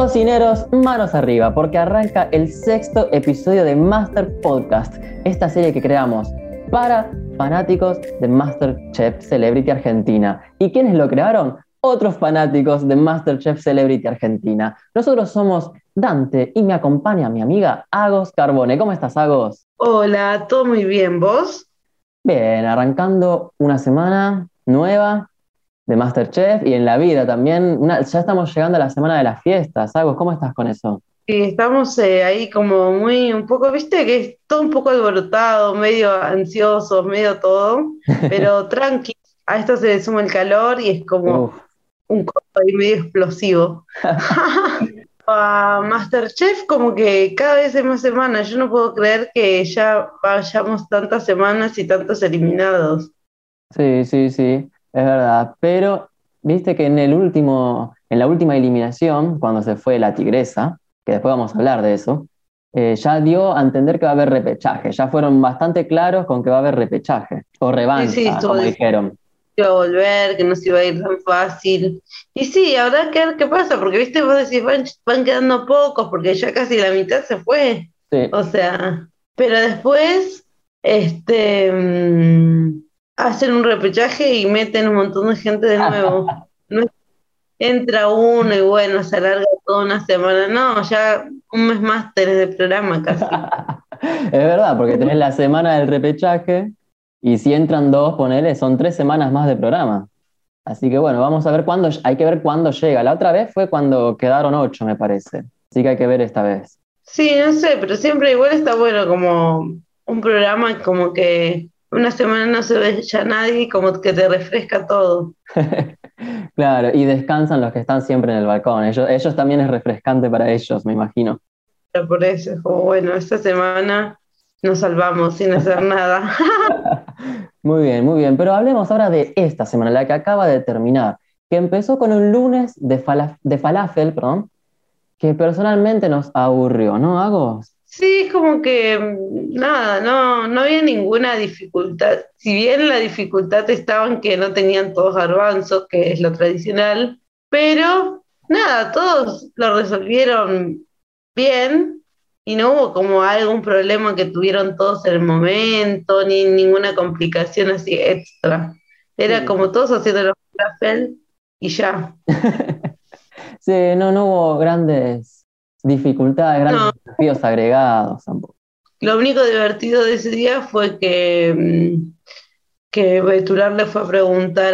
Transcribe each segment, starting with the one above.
Cocineros, manos arriba, porque arranca el 6º episodio de Master Podcast, esta serie que creamos para fanáticos de MasterChef Celebrity Argentina. ¿Y quiénes lo crearon? Otros fanáticos de MasterChef Celebrity Argentina. Nosotros somos Dante y me acompaña mi amiga Agos Carbone. ¿Cómo estás, Agos? Hola, todo muy bien, ¿vos? Bien, arrancando una semana nueva de MasterChef y en la vida también. Ya estamos llegando a la semana de las fiestas. Agos, ¿cómo estás con eso? Sí, estamos ahí como un poco, viste que es todo un poco alborotado, medio ansioso, medio todo, pero tranqui, a esto se le suma el calor y es como Uf. un copo ahí medio explosivo. A MasterChef como que cada vez es más semanas, yo no puedo creer que ya vayamos tantas semanas y tantos eliminados. Sí, sí, sí, es verdad. Pero viste que en la última eliminación, cuando se fue la tigresa, que después vamos a hablar de eso, ya dio a entender que va a haber repechaje. Ya fueron bastante claros con que va a haber repechaje. O Sí, sí, revancha, estuvo como diciendo dijeron. que iba a volver, que no se iba a ir tan fácil. Y sí, habrá que ver qué pasa, porque viste, vos decís, van quedando pocos, porque ya casi la mitad se fue. Sí. O sea, pero después, este, mm, hacen un repechaje y meten un montón de gente de nuevo. No es que entra uno y bueno, se alarga toda una semana. No, ya un mes más tenés de programa casi. Es verdad, porque tenés la semana del repechaje y si entran dos, ponele, son 3 semanas más de programa. Así que bueno, vamos a ver hay que ver cuándo llega. La otra vez fue cuando quedaron 8, me parece. Así que hay que ver esta vez. Sí, no sé, pero siempre igual está bueno como un programa como que una semana no se ve ya nadie y como que te refresca todo. Claro, y descansan los que están siempre en el balcón. Ellos también es refrescante para ellos, me imagino. Pero por eso es como, bueno, esta semana nos salvamos sin hacer nada. Muy bien, muy bien. Pero hablemos ahora de esta semana, la que acaba de terminar, que empezó con un lunes de falafel, perdón, que personalmente nos aburrió, ¿no, Agos? Sí, es como que nada, no había ninguna dificultad. Si bien la dificultad estaba en que no tenían todos garbanzos, que es lo tradicional, pero nada, todos lo resolvieron bien y no hubo como algún problema que tuvieron todos en el momento, ni ninguna complicación así extra. Era Sí. como todos haciendo los falafel y ya. Sí, no, no hubo grandes dificultades, No, grandes desafíos agregados tampoco. lo único divertido de ese día fue que Betular le fue a preguntar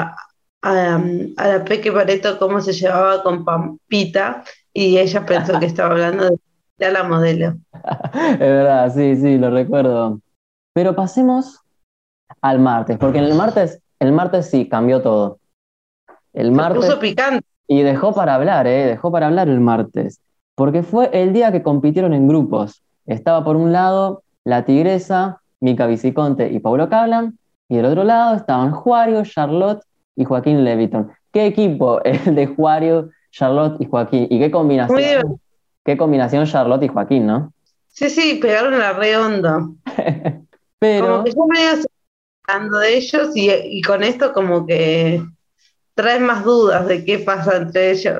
a la Peque Pareto cómo se llevaba con Pampita y ella pensó que estaba hablando de la modelo. Es verdad, sí, sí, lo recuerdo. Pero pasemos al martes, porque el martes sí cambió todo. El Se martes, puso picante. y dejó para hablar, dejó para hablar el martes, porque fue el día que compitieron en grupos. Estaba por un lado la Tigresa, Mica Viciconte y Paulo Cablan, y del otro lado estaban Juario, Charlotte y Joaquín Leviton. ¿Qué equipo el de Juario, Charlotte y Joaquín? ¿Y Muy divertido. qué combinación Charlotte y Joaquín, ¿no? Sí, sí, pegaron la re onda. Como que Pero, yo me iba hablando de ellos y con esto como que traes más dudas de qué pasa entre ellos.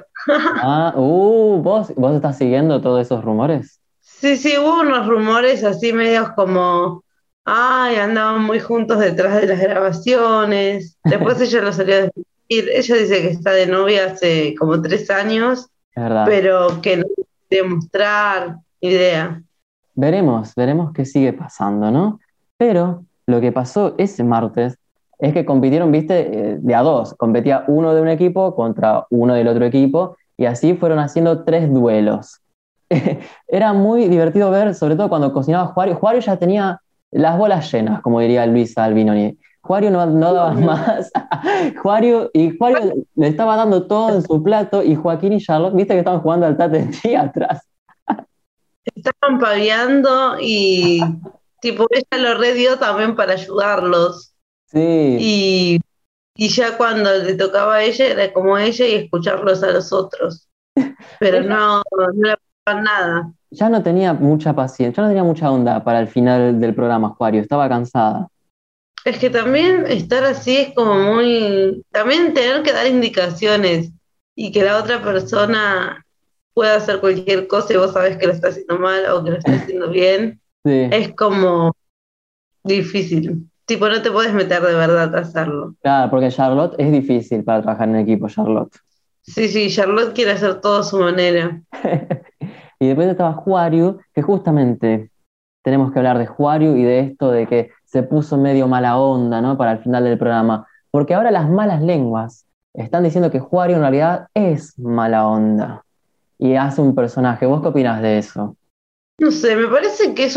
¿vos estás siguiendo todos esos rumores? Sí, sí, hubo unos rumores así medios como, ay, andaban muy juntos detrás de las grabaciones. Después ella lo salió a desmentir. Ella dice que está de novia hace como 3 años, Es verdad. pero que no quiere mostrar idea. Veremos qué sigue pasando, ¿no? Pero lo que pasó ese martes es que compitieron, viste, de a dos. Competía uno de un equipo contra uno del otro equipo y así fueron haciendo 3 duelos. Era muy divertido ver, sobre todo cuando cocinaba Juario. Juario ya tenía las bolas llenas, como diría Luis Albinoni. Juario no daba más. Juario le estaba dando todo en su plato y Joaquín y Charlotte, viste que estaban jugando al tate atrás. Estaban paviando y tipo ella lo redió también para ayudarlos. Sí. Y, y ya cuando le tocaba a ella era como ella y escucharlos a los otros. Pero Ella no le pasaban nada. ya no tenía mucha paciencia, ya no tenía mucha onda para el final del programa, Acuario, estaba cansada. Es que también estar así es como muy, también tener que dar indicaciones y que la otra persona puede hacer cualquier cosa y vos sabés que lo está haciendo mal o que lo está haciendo bien, Sí, es como difícil. Tipo, no te puedes meter de verdad a hacerlo. claro, porque Charlotte es difícil para trabajar en equipo, Charlotte. Sí, sí, Charlotte quiere hacer todo a su manera. Y después estaba Huaryu, que justamente tenemos que hablar de Huaryu y de esto de que se puso medio mala onda, ¿no? Para el final del programa. Porque ahora las malas lenguas están diciendo que Huaryu en realidad es mala onda y hace un personaje. ¿Vos qué opinás de eso? No sé, me parece que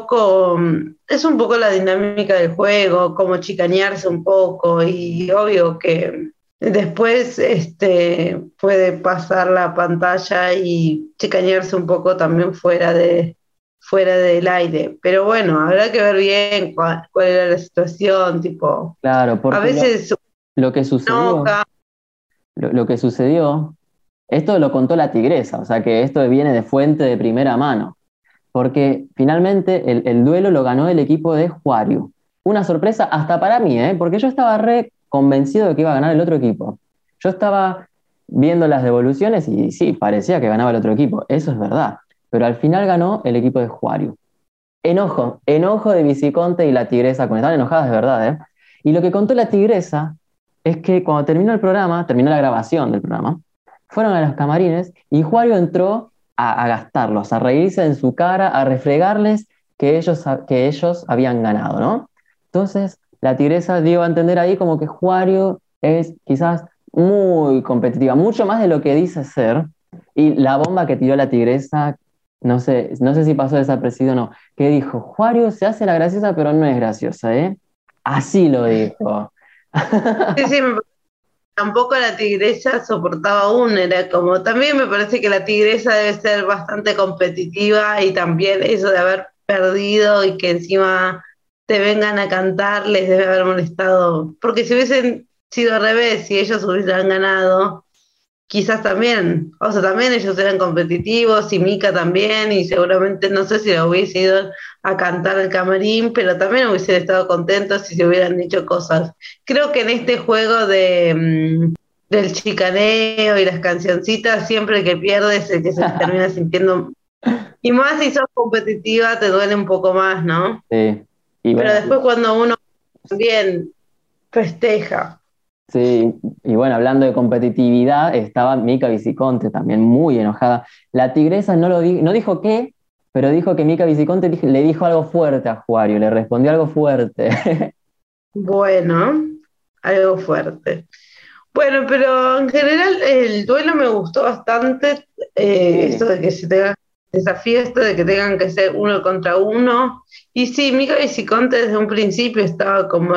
es un poco la dinámica del juego, como chicanearse un poco y obvio que después puede pasar la pantalla y chicanearse un poco también fuera del aire. Pero bueno, habrá que ver bien cuál era la situación, tipo, Claro, a porque veces lo que sucedió, enoja. lo que sucedió, esto lo contó la tigresa, o sea que esto viene de fuente de primera mano. Porque finalmente el duelo lo ganó el equipo de Huaryu. Una sorpresa hasta para mí, ¿eh? Porque yo estaba re convencido de que iba a ganar el otro equipo. Yo estaba viendo las devoluciones y sí, parecía que ganaba el otro equipo, eso es verdad. Pero al final ganó el equipo de Huaryu. Enojo, enojo de Viciconte y la tigresa, con estaban enojadas de verdad, ¿eh? Y lo que contó la tigresa es que cuando terminó el programa, terminó la grabación del programa, fueron a los camarines y Juario entró a gastarlos, a reírse en su cara, a refregarles que ellos habían ganado, ¿no? Entonces, la tigresa dio a entender ahí como que Juario es quizás muy competitiva, mucho más de lo que dice ser, y la bomba que tiró la tigresa, no sé si pasó desapercibido o no, que dijo, Juario se hace la graciosa, pero no es graciosa, ¿eh? Así lo dijo. Sí, sí, tampoco la tigresa soportaba aún, era como, también me parece que la tigresa debe ser bastante competitiva y también eso de haber perdido y que encima te vengan a cantar les debe haber molestado, porque si hubiesen sido al revés, si ellos hubieran ganado, quizás también, o sea, también ellos eran competitivos y Mika también, y seguramente no sé si lo hubiese ido a cantar al camarín, pero también hubiesen estado contentos si se hubieran dicho cosas. Creo que en este juego del chicaneo y las cancioncitas, siempre el que pierde es el que se termina sintiendo, y más si sos competitiva te duele un poco más, ¿no? Sí, y Pero bueno, después cuando uno también festeja. sí, y bueno, hablando de competitividad, estaba Mica Viciconte también muy enojada. La tigresa no dijo qué, pero dijo que Mica Viciconte le dijo algo fuerte a Juario, le respondió algo fuerte. Bueno, algo fuerte. Bueno, pero en general el duelo me gustó bastante, esto Sí, de que se tenga desafío, esto de que tengan que ser uno contra uno. Y sí, Mica Viciconte desde un principio estaba como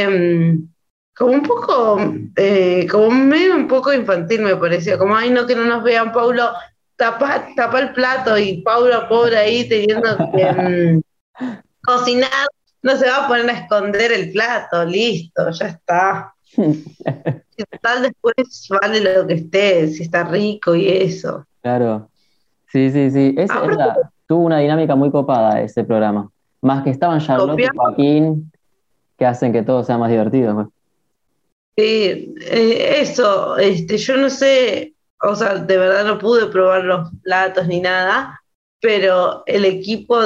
como un poco, como medio un poco infantil me parecía, como, ay no, que no nos vean, Paulo, tapa el plato y Paulo pobre ahí teniendo que cocinar, no se va a poner a esconder el plato, listo, ya está. Si tal después vale lo que esté, si está rico y eso. claro. Sí, sí, sí. Aparte, Tuvo una dinámica muy copada ese programa. Más que estaban Charlotte y copiar, Joaquín, que hacen que todo sea más divertido, pues. eso, yo no sé, o sea, de verdad no pude probar los platos ni nada, pero el equipo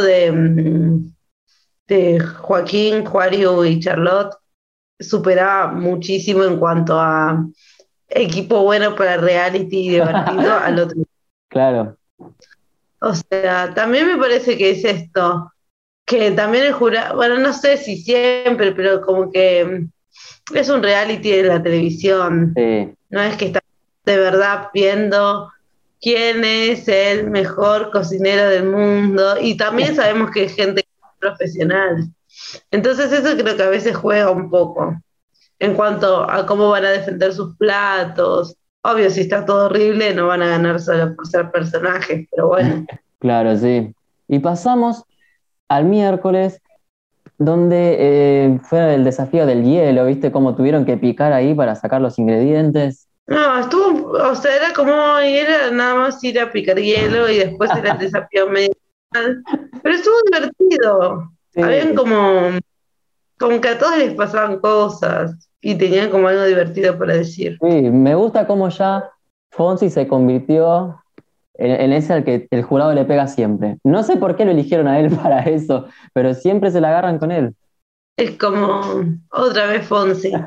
de Joaquín, Juario y Charlotte superaba muchísimo en cuanto a equipo bueno para reality y divertido al otro. Claro. O sea, también me parece que es esto, que también el jurado, bueno, no sé si siempre, pero como que es un reality de la televisión, Sí. no es que estamos de verdad viendo quién es el mejor cocinero del mundo y también sabemos que es gente profesional. Entonces eso creo que a veces juega un poco en cuanto a cómo van a defender sus platos. Obvio, si está todo horrible, no van a ganar solo por ser personajes, pero bueno. Claro, sí. Y pasamos al miércoles, donde fue el desafío del hielo, ¿viste? Cómo tuvieron que picar ahí para sacar los ingredientes. No, estuvo, o sea, era como, era nada más ir a picar hielo y después era el desafío medio final, pero estuvo divertido. Habían Sí, como que a todos les pasaban cosas y tenían como algo divertido para decir. sí, me gusta cómo ya Fonsi se convirtió en ese al que el jurado le pega siempre. No sé por qué lo eligieron a él para eso, pero siempre se la agarran con él. Es como otra vez Fonsi.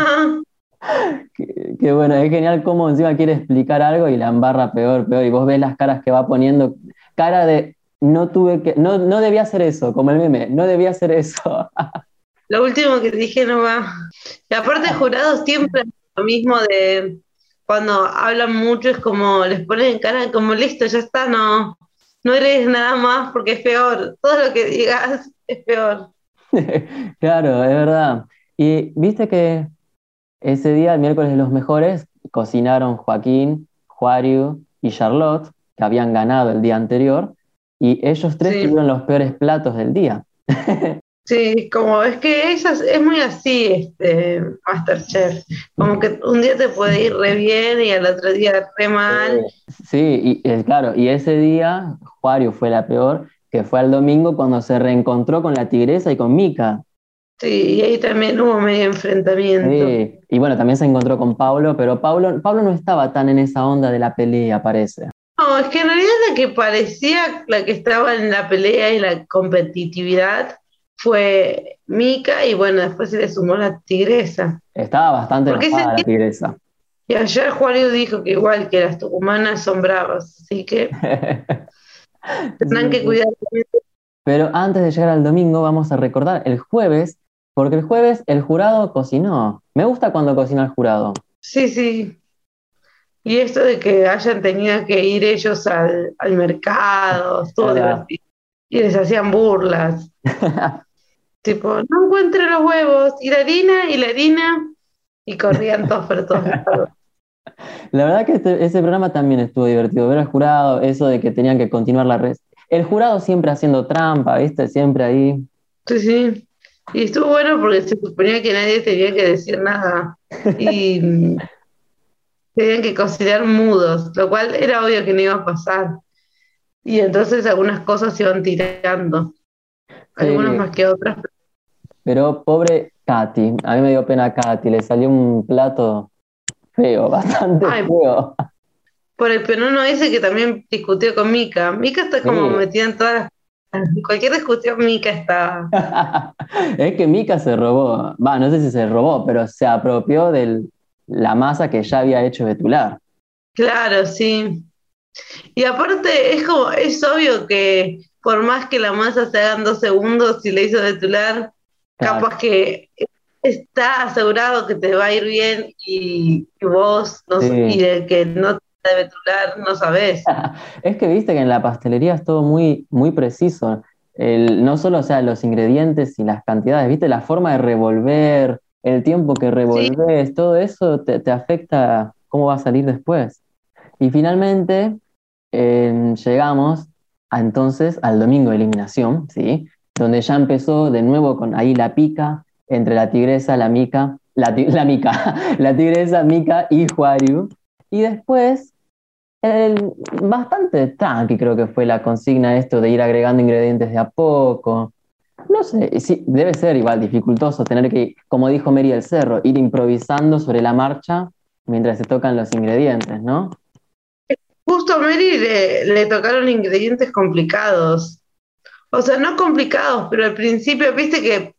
Qué bueno, es genial cómo encima quiere explicar algo y la embarra peor, peor. Y vos ves las caras que va poniendo, cara de no debía hacer eso, como el meme, no debía hacer eso. Lo último que dije no va. Y aparte, jurados siempre hacen lo mismo de cuando hablan mucho, es como les ponen en cara como listo, ya está, no eres nada más porque es peor. Todo lo que digas es peor. Claro, es verdad. Y viste que ese día, el miércoles de los mejores, cocinaron Joaquín, Juariu y Charlotte, que habían ganado el día anterior, y ellos tres Sí, tuvieron los peores platos del día. sí, como es que es muy así, MasterChef. Como que un día te puede ir re bien y al otro día re mal. Sí, y claro, y ese día Juario fue la peor, que fue al domingo cuando se reencontró con la tigresa y con Mika. Sí, y ahí también hubo medio enfrentamiento. Sí, y bueno, también se encontró con Pablo, pero Pablo no estaba tan en esa onda de la pelea, parece. No, es que en realidad la que parecía la que estaba en la pelea y la competitividad fue Mika y bueno, después se le sumó la tigresa. Estaba bastante Porque ese enojada la día, tigresa. y ayer Juanio dijo que igual que las tucumanas son bravas, así que tendrán que Sí. cuidar. Pero antes de llegar al domingo, vamos a recordar el jueves, porque el jueves el jurado cocinó. Me gusta cuando cocina el jurado. Sí, sí. Y esto de que hayan tenido que ir ellos al mercado, Es estuvo verdad. divertido. Y les hacían burlas, tipo, no encuentro los huevos, y la harina, y corrían todos por todos lados. La verdad que ese programa también estuvo divertido. Ver al jurado, eso de que tenían que continuar la red. El jurado siempre haciendo trampa, ¿viste? Siempre ahí. Sí, sí. Y estuvo bueno porque se suponía que nadie tenía que decir nada. Y tenían que cocinar mudos, lo cual era obvio que no iba a pasar. Y entonces algunas cosas se iban tirando, algunas Sí, más que otras. pero pobre Katy. A mí me dio pena Katy. Le salió un plato feo, bastante Ay, feo. por el penono ese que también discutió con Mika. Mika está como Sí. metida en todas las... En cualquier discusión Mika está... Es que Mika se robó, va, no sé si se robó, pero se apropió de la masa que ya había hecho Betular. Claro, sí. Y aparte es como, es obvio que por más que la masa se haga en 2 segundos, si le hizo de tular, Claro. capaz que está asegurado que te va a ir bien y vos no, y Sí. el que no te debe tular no sabés. Es que viste que en la pastelería es todo muy, muy preciso. No solo, o sea, los ingredientes y las cantidades, viste, la forma de revolver, el tiempo que Sí, revolves, todo eso te afecta cómo va a salir después. Y finalmente llegamos entonces al domingo de eliminación, ¿sí? Donde ya empezó de nuevo con ahí la pica entre la tigresa, la mica, la mica, la tigresa, Mica y Juariu. Y después bastante tranqui creo que fue la consigna esto de ir agregando ingredientes de a poco. No sé, sí, debe ser igual dificultoso tener que, como dijo Mary del Cerro, ir improvisando sobre la marcha mientras se tocan los ingredientes, ¿no? justo a Mary le tocaron ingredientes complicados. O sea, no complicados, pero al principio, viste que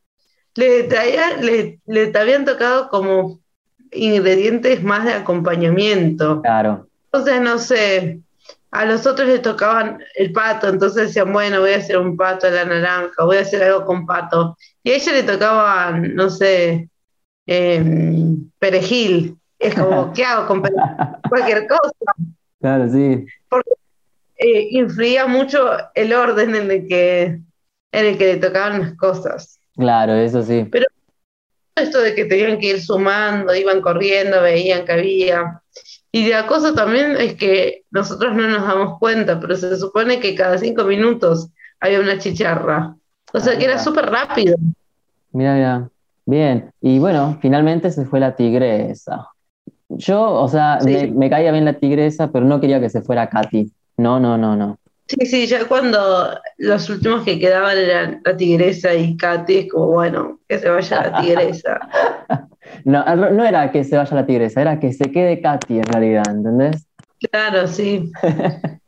le te habían tocado como ingredientes más de acompañamiento. Claro. Entonces, no sé, a los otros les tocaban el pato, entonces decían, bueno, voy a hacer un pato a la naranja, voy a hacer algo con pato. Y a ella le tocaba, no sé, perejil. Es como, ¿qué hago con perejil? Cualquier cosa. Claro, sí, Porque influía mucho el orden en el que le tocaban las cosas. claro, eso sí. Pero esto de que tenían que ir sumando, iban corriendo, veían que había. Y la cosa también es que nosotros no nos damos cuenta, pero se supone que cada 5 minutos había una chicharra. O Ah, sea que era mira, súper rápido. mira, mira. Bien, y bueno, finalmente se fue la tigresa. Yo, o sea, Sí, me caía bien la tigresa, pero no quería que se fuera Katy. No, no, no, no. sí, sí, ya cuando los últimos que quedaban eran la tigresa y Katy, es como, bueno, que se vaya la tigresa. No, no era que se vaya la tigresa, era que se quede Katy en realidad, ¿entendés? Claro, sí.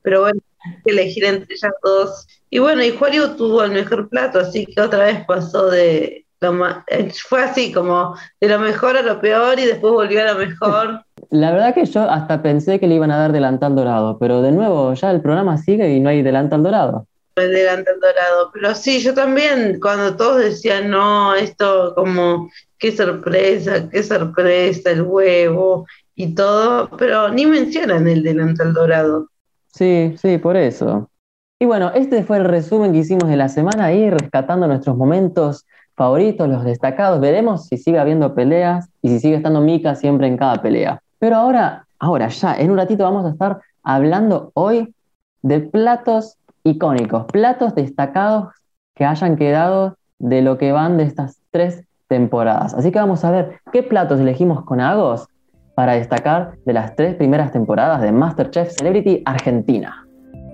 pero bueno, hay que elegir entre ellas dos. Y bueno, y Juario tuvo el mejor plato, así que otra vez pasó de fue así como de lo mejor a lo peor y después volvió a lo mejor. La verdad que yo hasta pensé que le iban a dar delantal dorado, pero de nuevo ya el programa sigue y no hay delantal dorado. El delantal dorado. Pero sí, yo también, cuando todos decían, no, esto como, qué sorpresa, el huevo y todo, pero ni mencionan el delantal dorado. Sí, sí, por eso. Y bueno, este fue el resumen que hicimos de la semana ahí, rescatando nuestros momentos favoritos, los destacados. Veremos si sigue habiendo peleas y si sigue estando Mika siempre en cada pelea. Pero ahora ya, en un ratito vamos a estar hablando hoy de platos icónicos, platos destacados que hayan quedado de lo que van de estas 3 temporadas. Así que vamos a ver qué platos elegimos con Agos para destacar de las 3 primeras temporadas de MasterChef Celebrity Argentina.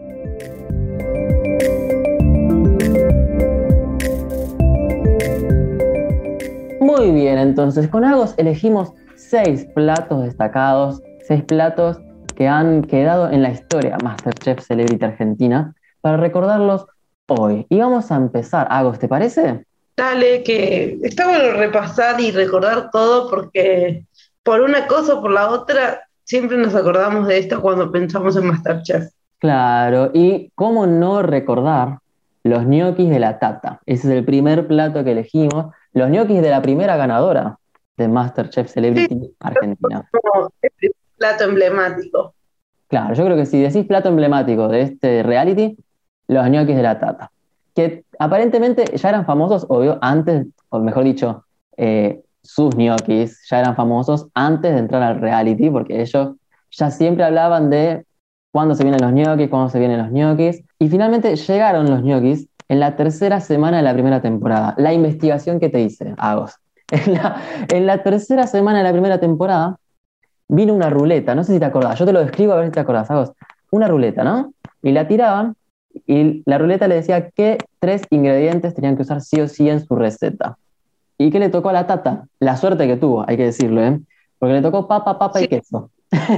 Muy bien, entonces con Agos elegimos 6 platos destacados, 6 platos que han quedado en la historia MasterChef Celebrity Argentina para recordarlos hoy. Y vamos a empezar, Agos, ¿te parece? Dale, que está bueno repasar y recordar todo porque por una cosa o por la otra siempre nos acordamos de esto cuando pensamos en MasterChef. Claro, y cómo no recordar los ñoquis de la Tata. Ese es el primer plato que elegimos, los ñoquis de la primera ganadora de MasterChef Sí, Celebrity Argentina. como el plato emblemático. Claro, yo creo que si decís plato emblemático de este reality, los ñoquis de la Tata, que aparentemente ya eran famosos, obvio, antes, o mejor dicho, sus ñoquis ya eran famosos antes de entrar al reality, porque ellos ya siempre hablaban de cuándo se vienen los ñoquis, cuándo se vienen los ñoquis, y finalmente llegaron los ñoquis en la 3.ª semana de la primera temporada. La investigación que te hice, Agos. En la 3.ª semana de la primera temporada, vino una ruleta, no sé si te acordás, yo te lo describo a ver si te acordás, Agos. Una ruleta, ¿no? Y la tiraban y la ruleta le decía qué 3 ingredientes tenían que usar sí o sí en su receta. ¿Y qué le tocó a la Tata? La suerte que tuvo, hay que decirlo, ¿eh? Porque le tocó papa, papa y Sí, queso.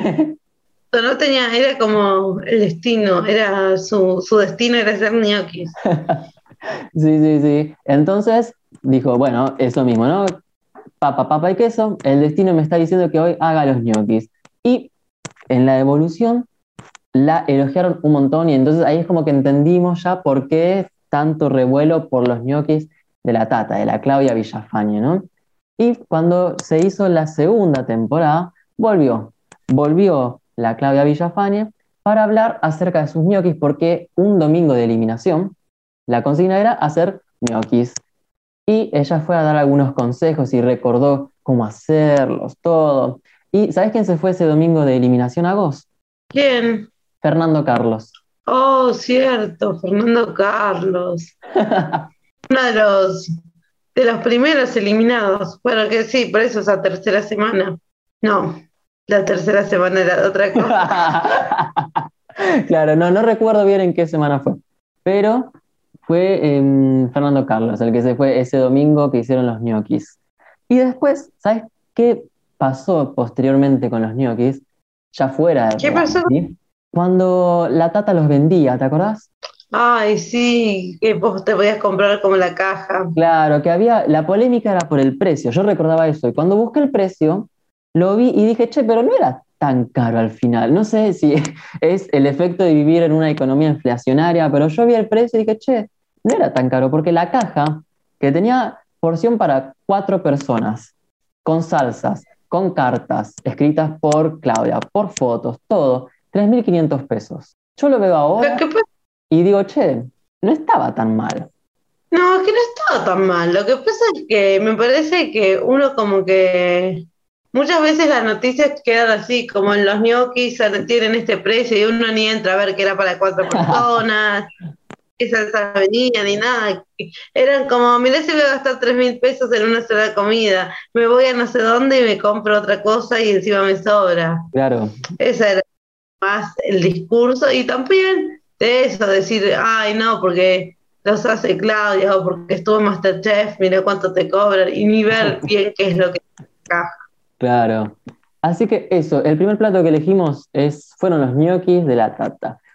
no tenía, era como el destino, era su destino era ser ñoquis. Sí, sí, sí. Entonces dijo, bueno, eso mismo, ¿no? Papa, papa y queso, el destino me está diciendo que hoy haga los ñoquis. Y en la evolución la elogiaron un montón y entonces ahí es como que entendimos ya por qué tanto revuelo por los ñoquis de la Tata, de la Claudia Villafañe, ¿no? Y cuando se hizo la segunda temporada, volvió la Claudia Villafañe para hablar acerca de sus ñoquis porque un domingo de eliminación la consigna era hacer ñoquis. Y ella fue a dar algunos consejos y recordó cómo hacerlos, todo. ¿Y sabes quién se fue ese domingo de eliminación a Gos? ¿Quién? Fernando Carlos. Oh, cierto, Fernando Carlos. Uno de los primeros eliminados. Bueno, que sí, por eso esa tercera semana. No, la tercera semana era de otra cosa. Claro, no recuerdo bien en qué semana fue, pero fue Fernando Carlos el que se fue ese domingo que hicieron los ñoquis. Y después, ¿sabes qué pasó posteriormente con los ñoquis? Ya fuera del ¿Qué pasó? reality, cuando la Tata los vendía, ¿te acordás? Ay, sí, que vos te podías comprar como la caja. Claro, que había, la polémica era por el precio, yo recordaba eso, y cuando busqué el precio, lo vi y dije, che, pero no era tan caro al final, no sé si es el efecto de vivir en una economía inflacionaria, pero yo vi el precio y dije, che, no era tan caro, porque la caja, que tenía porción para 4 personas, con salsas, con cartas, escritas por Claudia, por fotos, todo, 3.500 pesos. Yo lo veo Lo ahora que pasa, y digo, che, no estaba tan mal. no, es que no estaba tan mal. Lo que pasa es que me parece que uno como que muchas veces las noticias quedan así, como en los ñoquis tienen este precio y uno ni entra a ver que era para 4 personas, qué salsa venía ni nada. Eran como, mirá si voy a gastar 3.000 pesos en una sola comida, me voy a no sé dónde y me compro otra cosa y encima me sobra. Claro. Ese era más el discurso y también de eso, decir, ay, no, porque los hace Claudia o porque estuvo en Masterchef, mira cuánto te cobran y ni ver bien qué es lo que acá. Claro. Así que eso, el primer plato que elegimos fueron los ñoquis de la Tata.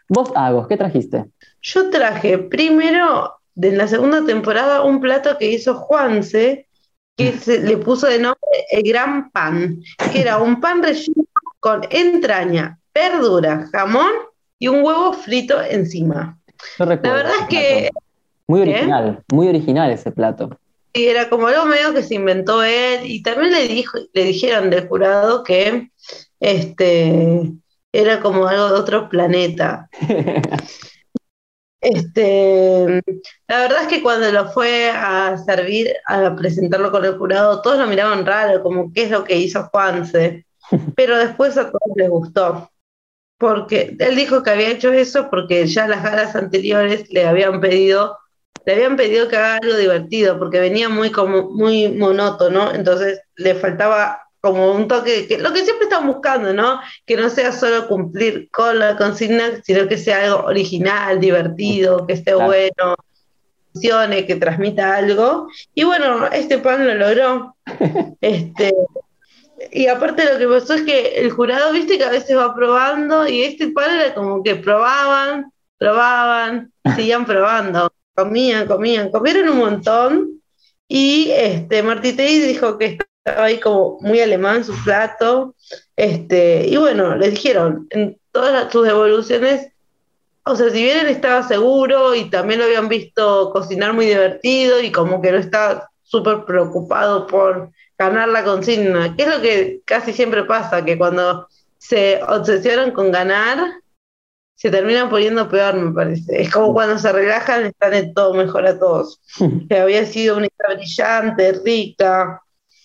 Vos, Agos, ¿qué trajiste? Yo traje primero, de la segunda temporada, un plato que hizo Juanse, que se le puso de nombre el Gran Pan, que era un pan relleno con entraña, verdura, jamón y un huevo frito encima. Yo La recuerdo verdad ese es que, plato. ¿eh? Muy original ese plato. Sí, era como algo medio que se inventó él, y también le dijeron del jurado que este, era como algo de otro planeta. La verdad es que cuando lo fue a servir, a presentarlo con el jurado, todos lo miraban raro, como qué es lo que hizo Juanse. Pero después a todos les gustó, porque él dijo que había hecho eso porque ya las galas anteriores le habían pedido que haga algo divertido, porque venía muy como muy monótono, entonces le faltaba como un toque, que lo que siempre están buscando, ¿no? Que no sea solo cumplir con la consigna, sino que sea algo original, divertido, que esté Claro. bueno, funcione, que transmita algo. Y bueno, este pan lo logró. Este, y aparte lo que pasó es que el jurado, viste que a veces va probando, y este pan era como que probaban y seguían probando. Comieron un montón. Y Martitei dijo que estaba ahí como muy alemán su plato. Y bueno, le dijeron, en todas sus devoluciones, o sea, si bien él estaba seguro y también lo habían visto cocinar muy divertido y como que no estaba súper preocupado por ganar la consigna, que es lo que casi siempre pasa, que cuando se obsesionan con ganar, se terminan poniendo peor, me parece. Es como cuando se relajan, están en todo mejor a todos. Que había sido una idea brillante, rica,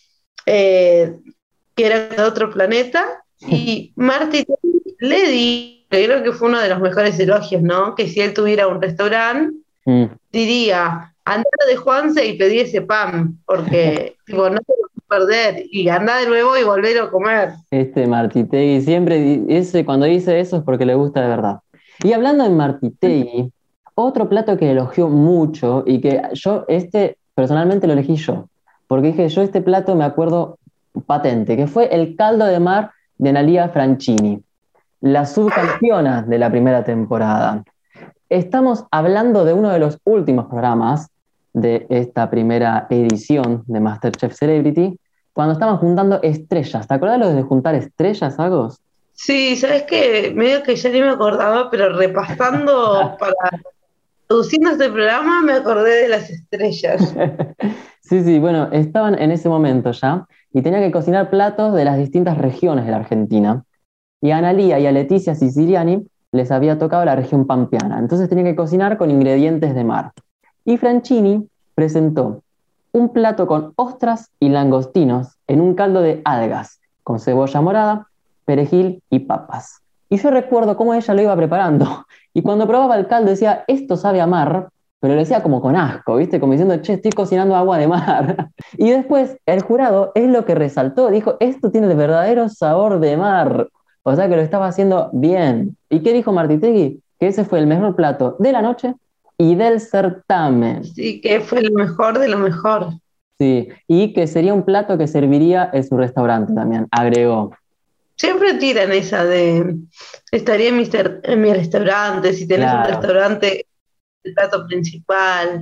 eh, que era de otro planeta, y Marty le di, creo que fue uno de los mejores elogios, ¿no? Que si él tuviera un restaurante, Mm. diría, andá de Juanse y pedí ese pan, porque tipo, no te lo puedes perder, y andá de nuevo y volver a comer. Este Martitegui siempre, cuando dice eso es porque le gusta de verdad. Y hablando de Martitegui, otro plato que elogió mucho y que yo, personalmente lo elegí yo, porque dije, yo este plato me acuerdo patente, que fue el caldo de mar de Analia Franchini, la subcampeona de la primera temporada. Estamos hablando de uno de los últimos programas de esta primera edición de MasterChef Celebrity, cuando estaban juntando estrellas. ¿Te acuerdas lo de juntar estrellas, Agos? Sí, sabes que medio que ya ni me acordaba, pero repasando para produciendo este programa me acordé de las estrellas. Sí, sí, bueno, estaban en ese momento ya y tenían que cocinar platos de las distintas regiones de la Argentina. Y a Analía y a Leticia Siciliani les había tocado la región pampeana, entonces tenían que cocinar con ingredientes de mar. Y Franchini presentó un plato con ostras y langostinos en un caldo de algas, con cebolla morada, perejil y papas. Y yo recuerdo cómo ella lo iba preparando. Y cuando probaba el caldo decía, esto sabe a mar, pero lo decía como con asco, ¿viste? Como diciendo, che, estoy cocinando agua de mar. Y después el jurado es lo que resaltó, dijo, esto tiene el verdadero sabor de mar. O sea que lo estaba haciendo bien. ¿Y qué dijo Martitegui? Que ese fue el mejor plato de la noche y del certamen. Sí, que fue lo mejor de lo mejor. Sí, y que sería un plato que serviría en su restaurante también, agregó. Siempre tiran esa de, estaría en mi restaurante, si tenés un Claro. restaurante, el plato principal.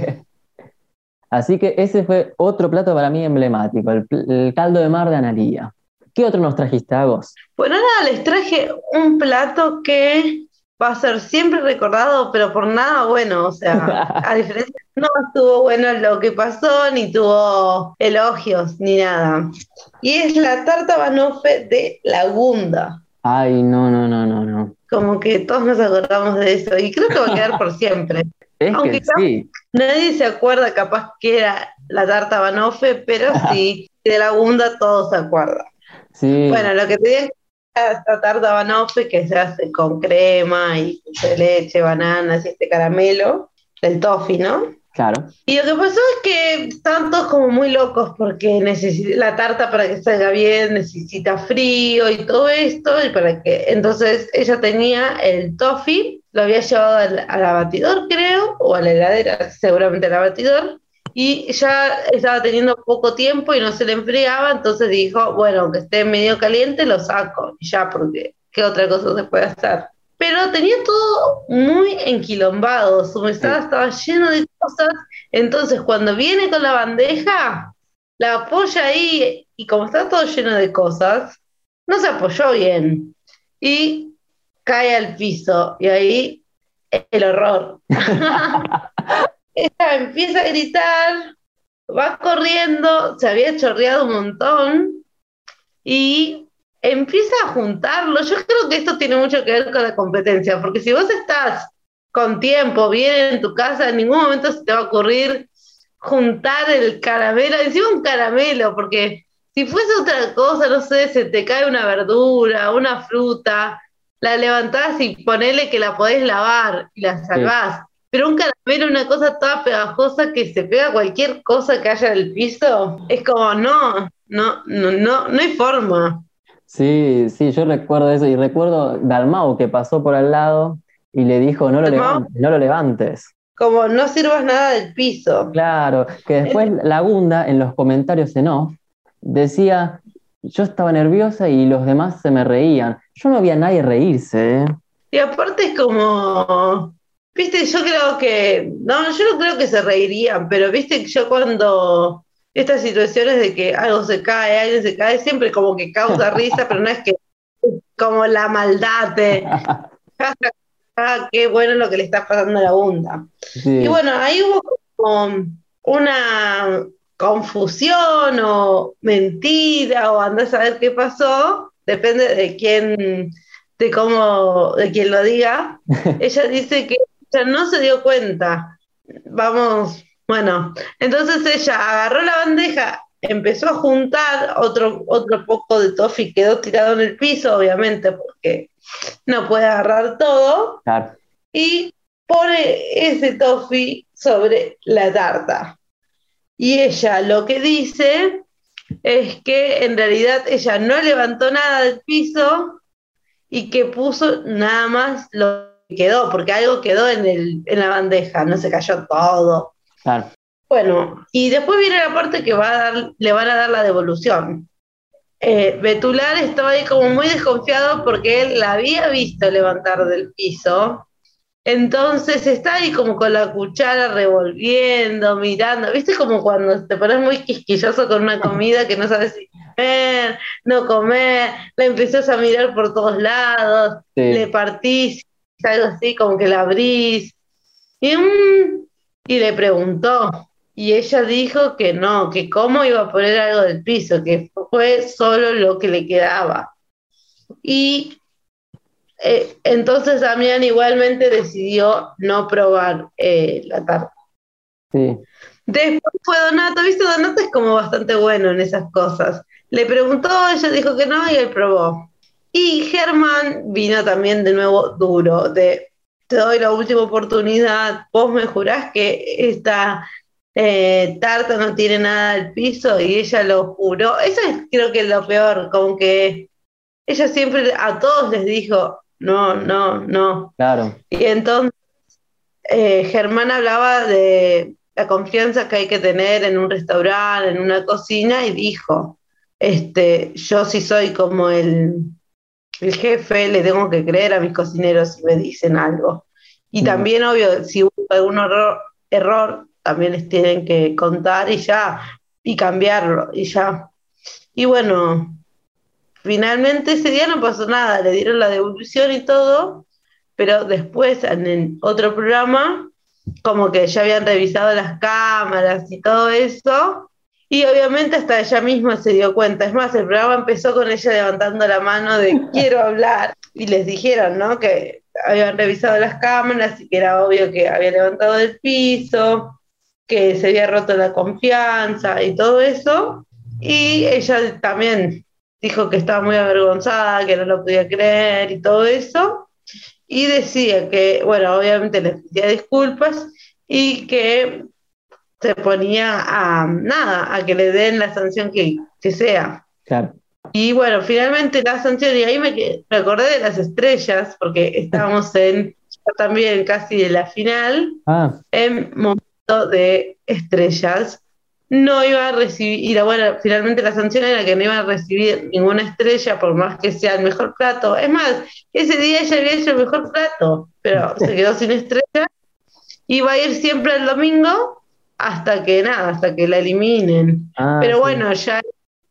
Así que ese fue otro plato para mí emblemático, el caldo de mar de Analía. ¿Qué otro nos trajiste, Agos? Bueno, nada, les traje un plato que va a ser siempre recordado, pero por nada bueno, o sea, a diferencia, no estuvo bueno lo que pasó, ni tuvo elogios, ni nada. Y es la tarta banoffee de Lagunda. Ay, no, no, no, no, no. Como que todos nos acordamos de eso, y creo que va a quedar por siempre. Es que Aunque sí, nadie se acuerda capaz que era la tarta banoffee, pero sí, de Lagunda todos se acuerdan. sí, Bueno, lo que te digo es que esta tarta banoffee que se hace con crema y dulce de leche, bananas y este caramelo, el toffee, ¿no? claro. Y lo que pasó es que estaban todos como muy locos porque la tarta para que salga bien necesita frío y todo esto, y para que entonces ella tenía el toffee, lo había llevado al abatidor, creo, o a la heladera, seguramente al abatidor, y ya estaba teniendo poco tiempo y no se le enfriaba, entonces dijo, bueno, aunque esté medio caliente, lo saco, y ya, porque ¿qué otra cosa se puede hacer? pero tenía todo muy enquilombado, su mesada Sí. estaba lleno de cosas, entonces cuando viene con la bandeja, la apoya ahí y como está todo lleno de cosas, no se apoyó bien y cae al piso y ahí el horror. Ella empieza a gritar, va corriendo, se había chorreado un montón y empieza a juntarlo. Yo creo que esto tiene mucho que ver con la competencia, porque si vos estás con tiempo, bien en tu casa, en ningún momento se te va a ocurrir juntar el caramelo, encima un caramelo, porque si fuese otra cosa, no sé, se te cae una verdura, una fruta, la levantás y ponele que la podés lavar y la Sí. salvás. Pero un caramelo, una cosa toda pegajosa que se pega a cualquier cosa que haya en el piso, es como, no hay forma. Sí, sí, yo recuerdo eso y recuerdo Dalmau que pasó por al lado y le dijo, no lo Además, levantes, no lo levantes. como no sirvas nada del piso. Claro, que después Lagunda en los comentarios en off decía, yo estaba nerviosa y los demás se me reían. Yo no vi a nadie reírse, ¿eh? Y aparte es como, viste, yo creo que, no, yo no creo que se reirían, pero viste que yo cuando estas situaciones de que algo se cae, alguien se cae, siempre como que causa risa, pero no es que como la maldad de, ah, qué bueno lo que le está pasando a la bunda. Y Sí, bueno, ahí hubo como una confusión o mentira o andás a ver qué pasó, depende de quién, de cómo, de quién lo diga. Ella dice que ella no se dio cuenta. Vamos, bueno, entonces ella agarró la bandeja, empezó a juntar otro poco de toffee, quedó tirado en el piso, obviamente, porque no puede agarrar todo claro, y pone ese toffee sobre la tarta. Y ella lo que dice es que en realidad ella no levantó nada del piso y que puso nada más lo que quedó, porque algo quedó en la bandeja, no se cayó todo. claro. Bueno, y después viene la parte que le van a dar la devolución. Betular estaba ahí como muy desconfiado porque él la había visto levantar del piso. Entonces está ahí como con la cuchara revolviendo, mirando, ¿viste? Como cuando te pones muy quisquilloso con una comida que no sabes si comer, no comer, la empezás a mirar por todos lados, le Sí. partís, algo así, como que la abrís, y, y le preguntó, y ella dijo que no, que cómo iba a poner algo del piso, que fue solo lo que le quedaba. Y entonces Damián igualmente decidió no probar la tarta. Sí, Después fue Donato, ¿viste? Donato es como bastante bueno en esas cosas. Le preguntó, ella dijo que no y él probó. Y Germán vino también de nuevo duro, de te doy la última oportunidad, vos me jurás que esta tarta no tiene nada al piso y ella lo juró. Eso es creo que es lo peor, como que ella siempre a todos les dijo, no, no, no. claro. Y entonces Germán hablaba de la confianza que hay que tener en un restaurante, en una cocina, y dijo, yo sí soy como el jefe, le tengo que creer a mis cocineros si me dicen algo. Y Mm, también, obvio, si hubo algún error, también les tienen que contar y ya, y cambiarlo, y ya. Y bueno, finalmente ese día no pasó nada, le dieron la devolución y todo, pero después en el otro programa, como que ya habían revisado las cámaras y todo eso, y obviamente hasta ella misma se dio cuenta. Es más, el programa empezó con ella levantando la mano de quiero hablar, y les dijeron, ¿no? Que habían revisado las cámaras y que era obvio que había levantado del piso, que se había roto la confianza y todo eso. Y ella también dijo que estaba muy avergonzada, que no lo podía creer y todo eso. Y decía que, bueno, obviamente les pedía disculpas y que se ponía a nada, a que le den la sanción que sea. claro. Y bueno, finalmente la sanción, y ahí me acordé de las estrellas, porque estábamos ya también casi de la final, Ah, en momento de estrellas. no iba a recibir, y bueno, finalmente la sanción era que no iba a recibir ninguna estrella por más que sea el mejor plato. Es más, ese día ella había hecho el mejor plato, pero se quedó sin estrella. Iba a ir siempre el domingo hasta que nada, hasta que la eliminen. Ah, Pero sí. bueno, ya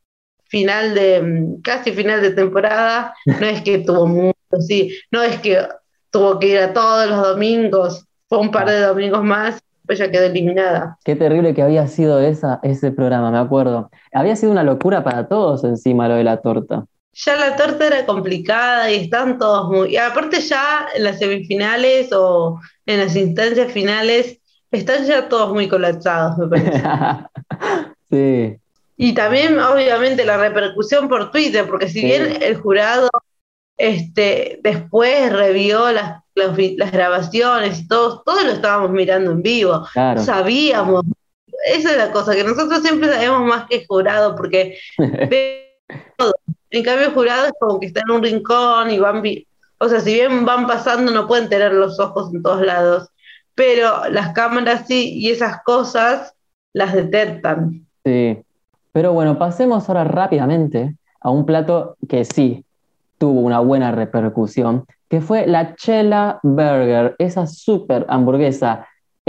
casi final de temporada, no es que tuvo mucho, sí, no es que tuvo que ir a todos los domingos, fue un par Ah, de domingos más, pues ya quedó eliminada. qué terrible que había sido ese programa, me acuerdo. Había sido una locura para todos encima lo de la torta. Ya la torta era complicada y están todos muy... Y aparte ya en las semifinales o en las instancias finales están ya todos muy colapsados, me parece. Sí, Y también, obviamente, la repercusión por Twitter, porque si bien sí, el jurado después revió las grabaciones y todos lo estábamos mirando en vivo, claro. sabíamos, esa es la cosa, que nosotros siempre sabemos más que el jurado, porque en cambio el jurado es como que está en un rincón y o sea, si bien van pasando no pueden tener los ojos en todos lados, pero las cámaras sí y esas cosas las detectan. Sí. Pero bueno, pasemos ahora rápidamente a un plato que sí tuvo una buena repercusión, que fue la Chela Burger, esa super hamburguesa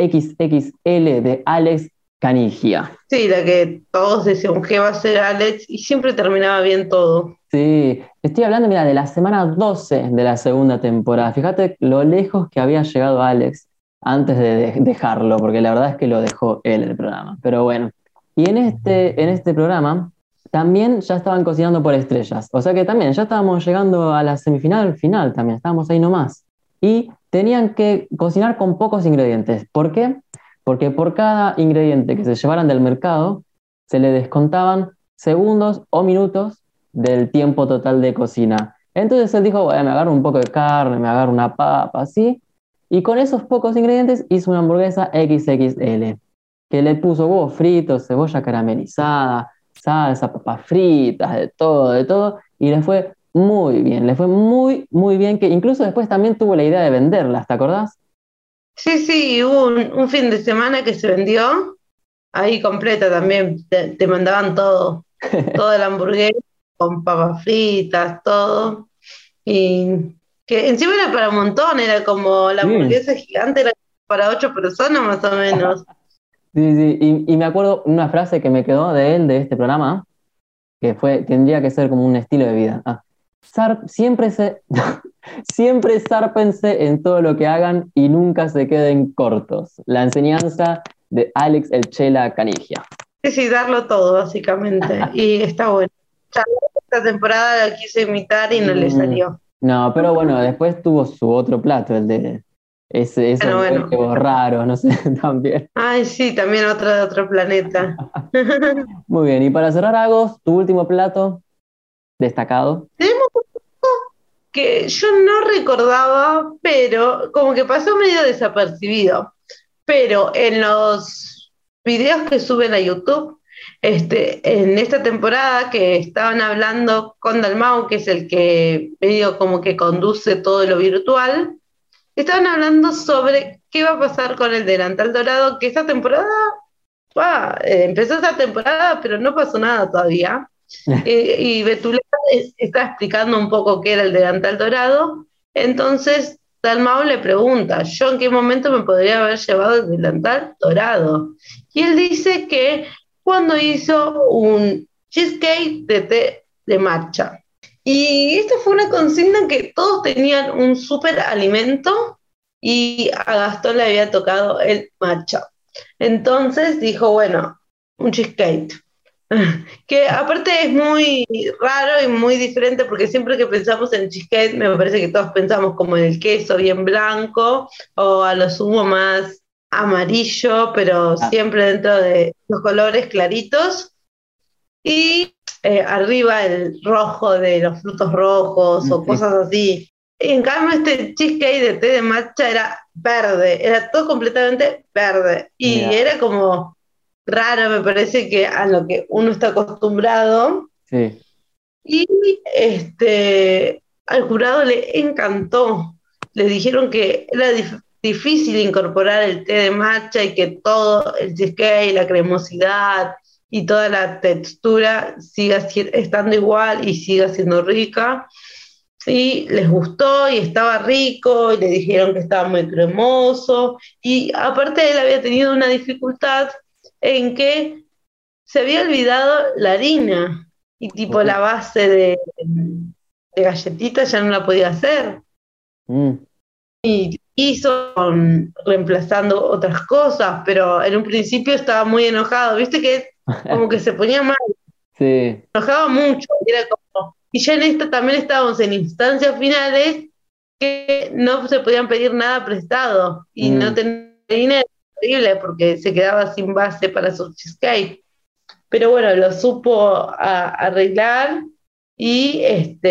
XXL de Alex Canigia. Sí, la que todos decían que va a ser Alex y siempre terminaba bien todo. Sí, estoy hablando, mira, de la semana 12 de la segunda temporada. Fíjate lo lejos que había llegado Alex antes de dejarlo, porque la verdad es que lo dejó él el programa. Pero bueno, y en este programa también ya estaban cocinando por estrellas. O sea que también ya estábamos llegando a la semifinal final también, estábamos ahí nomás. Y tenían que cocinar con pocos ingredientes. ¿Por qué? Porque por cada ingrediente que se llevaran del mercado, se le descontaban segundos o minutos del tiempo total de cocina. Entonces él dijo, bueno, me agarro un poco de carne, me agarro una papa, así, y con esos pocos ingredientes hizo una hamburguesa XXL, que le puso huevos fritos, cebolla caramelizada, salsa, papas fritas, de todo, y le fue muy bien, le fue muy, muy bien, que incluso después también tuvo la idea de venderlas, ¿te acordás? Sí, sí, hubo un fin de semana que se vendió ahí completa también, te mandaban todo, toda la hamburguesa con papas fritas, todo. Y que encima era para un montón, era como la Sí. hamburguesa gigante, era para 8 personas más o menos. Sí, sí, y me acuerdo una frase que me quedó de él, de este programa, que tendría que ser como un estilo de vida. Siempre siempre zárpense en todo lo que hagan y nunca se queden cortos. La enseñanza de Alex El Chela Canigia. Sí, sí, darlo todo, básicamente. Y está bueno. Ya esta temporada la quise imitar y no le Mm, salió. no, pero bueno, después tuvo su otro plato, el de esos Bueno, bueno. huevos raros, no sé, también. Ay, sí, también otra de otro planeta. Muy bien, y para cerrar, Agos, tu último plato destacado. Tenemos que yo no recordaba, pero como que pasó medio desapercibido. Pero en los videos que suben a YouTube, en esta temporada que estaban hablando con Dalmau, que es el que medio como que conduce todo lo virtual, estaban hablando sobre qué va a pasar con el delantal dorado, que esta temporada, empezó esta temporada, pero no pasó nada todavía. Y Betulea está explicando un poco qué era el delantal dorado. Entonces, Dalmau le pregunta, ¿yo en qué momento me podría haber llevado el delantal dorado? Y él dice que cuando hizo un cheesecake de té de matcha. Y esta fue una consigna que todos tenían un súper alimento y a Gastón le había tocado el matcha. Entonces dijo, bueno, un cheesecake. Que aparte es muy raro y muy diferente porque siempre que pensamos en cheesecake me parece que todos pensamos como en el queso bien blanco o a lo sumo más amarillo, pero Ah, siempre dentro de los colores claritos y arriba el rojo de los frutos rojos o sí, cosas así. Y en cambio este cheesecake de té de matcha era verde, era todo completamente verde y mira, era como raro, me parece que a lo que uno está acostumbrado. sí. Y al jurado le encantó. Le dijeron que era difícil incorporar el té de matcha y que todo, el cheesecake, la cremosidad y toda la textura siga estando igual y siga siendo rica. Sí, les gustó y estaba rico y le dijeron que estaba muy cremoso y aparte él había tenido una dificultad en que se había olvidado la harina y tipo la base de galletitas ya no la podía hacer Mm. y hizo reemplazando otras cosas, pero en un principio estaba muy enojado, viste que como que se ponía mal, Sí. enojaba mucho, y era como, y ya en esto también estábamos en instancias finales que no se podían pedir nada prestado y no Mm. tenía dinero, terrible porque se quedaba sin base para su cheesecake. Pero bueno, lo supo arreglar y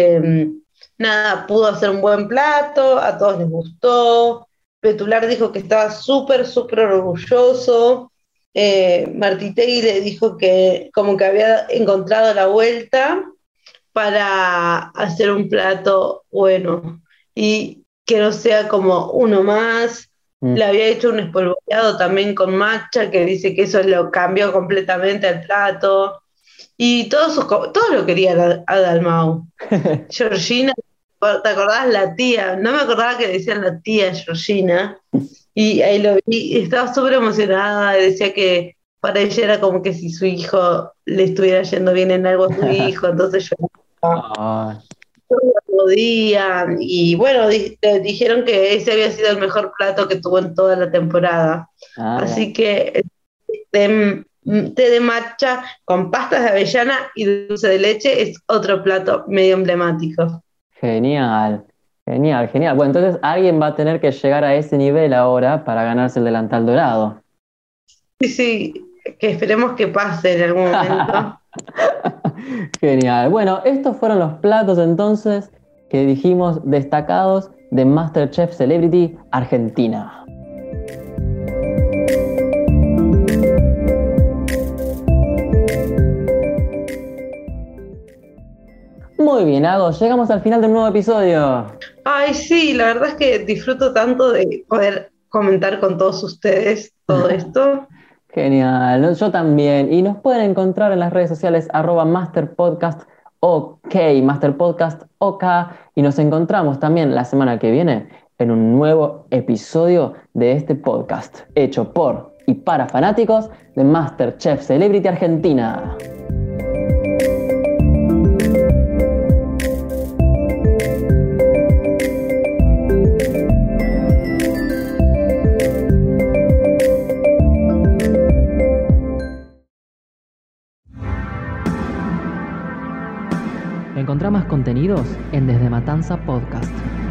nada, pudo hacer un buen plato, a todos les gustó. Petular dijo que estaba súper, súper orgulloso. Martitegui le dijo que como que había encontrado la vuelta para hacer un plato bueno y que no sea como uno más. Mm. Le había hecho un espolvoreado también con matcha, que dice que eso lo cambió completamente al plato. Y todos lo querían a Dalmau. Georgina, ¿te acordás? La tía, no me acordaba que le decían la tía Georgina. Y ahí lo vi, y estaba súper emocionada, y decía que para ella era como que si su hijo le estuviera yendo bien en algo a su hijo, entonces lloraba, Ah, podían, y bueno, le dijeron que ese había sido el mejor plato que tuvo en toda la temporada. bueno. Así que té de matcha con pastas de avellana y dulce de leche es otro plato medio emblemático. Genial, genial, genial. Bueno, entonces alguien va a tener que llegar a ese nivel ahora para ganarse el delantal dorado. Sí, sí, que esperemos que pase en algún momento. Genial. Bueno, estos fueron los platos entonces que dijimos destacados de MasterChef Celebrity Argentina. Muy bien, Agos, llegamos al final del nuevo episodio. Ay, sí, la verdad es que disfruto tanto de poder comentar con todos ustedes todo esto. Genial, ¿no? Yo también. Y nos pueden encontrar en las redes sociales @masterpodcast OK, Masterpodcast OK. Y nos encontramos también la semana que viene en un nuevo episodio de este podcast, hecho por y para fanáticos de MasterChef Celebrity Argentina. Encontrá más contenidos en Desde Matanza Podcast.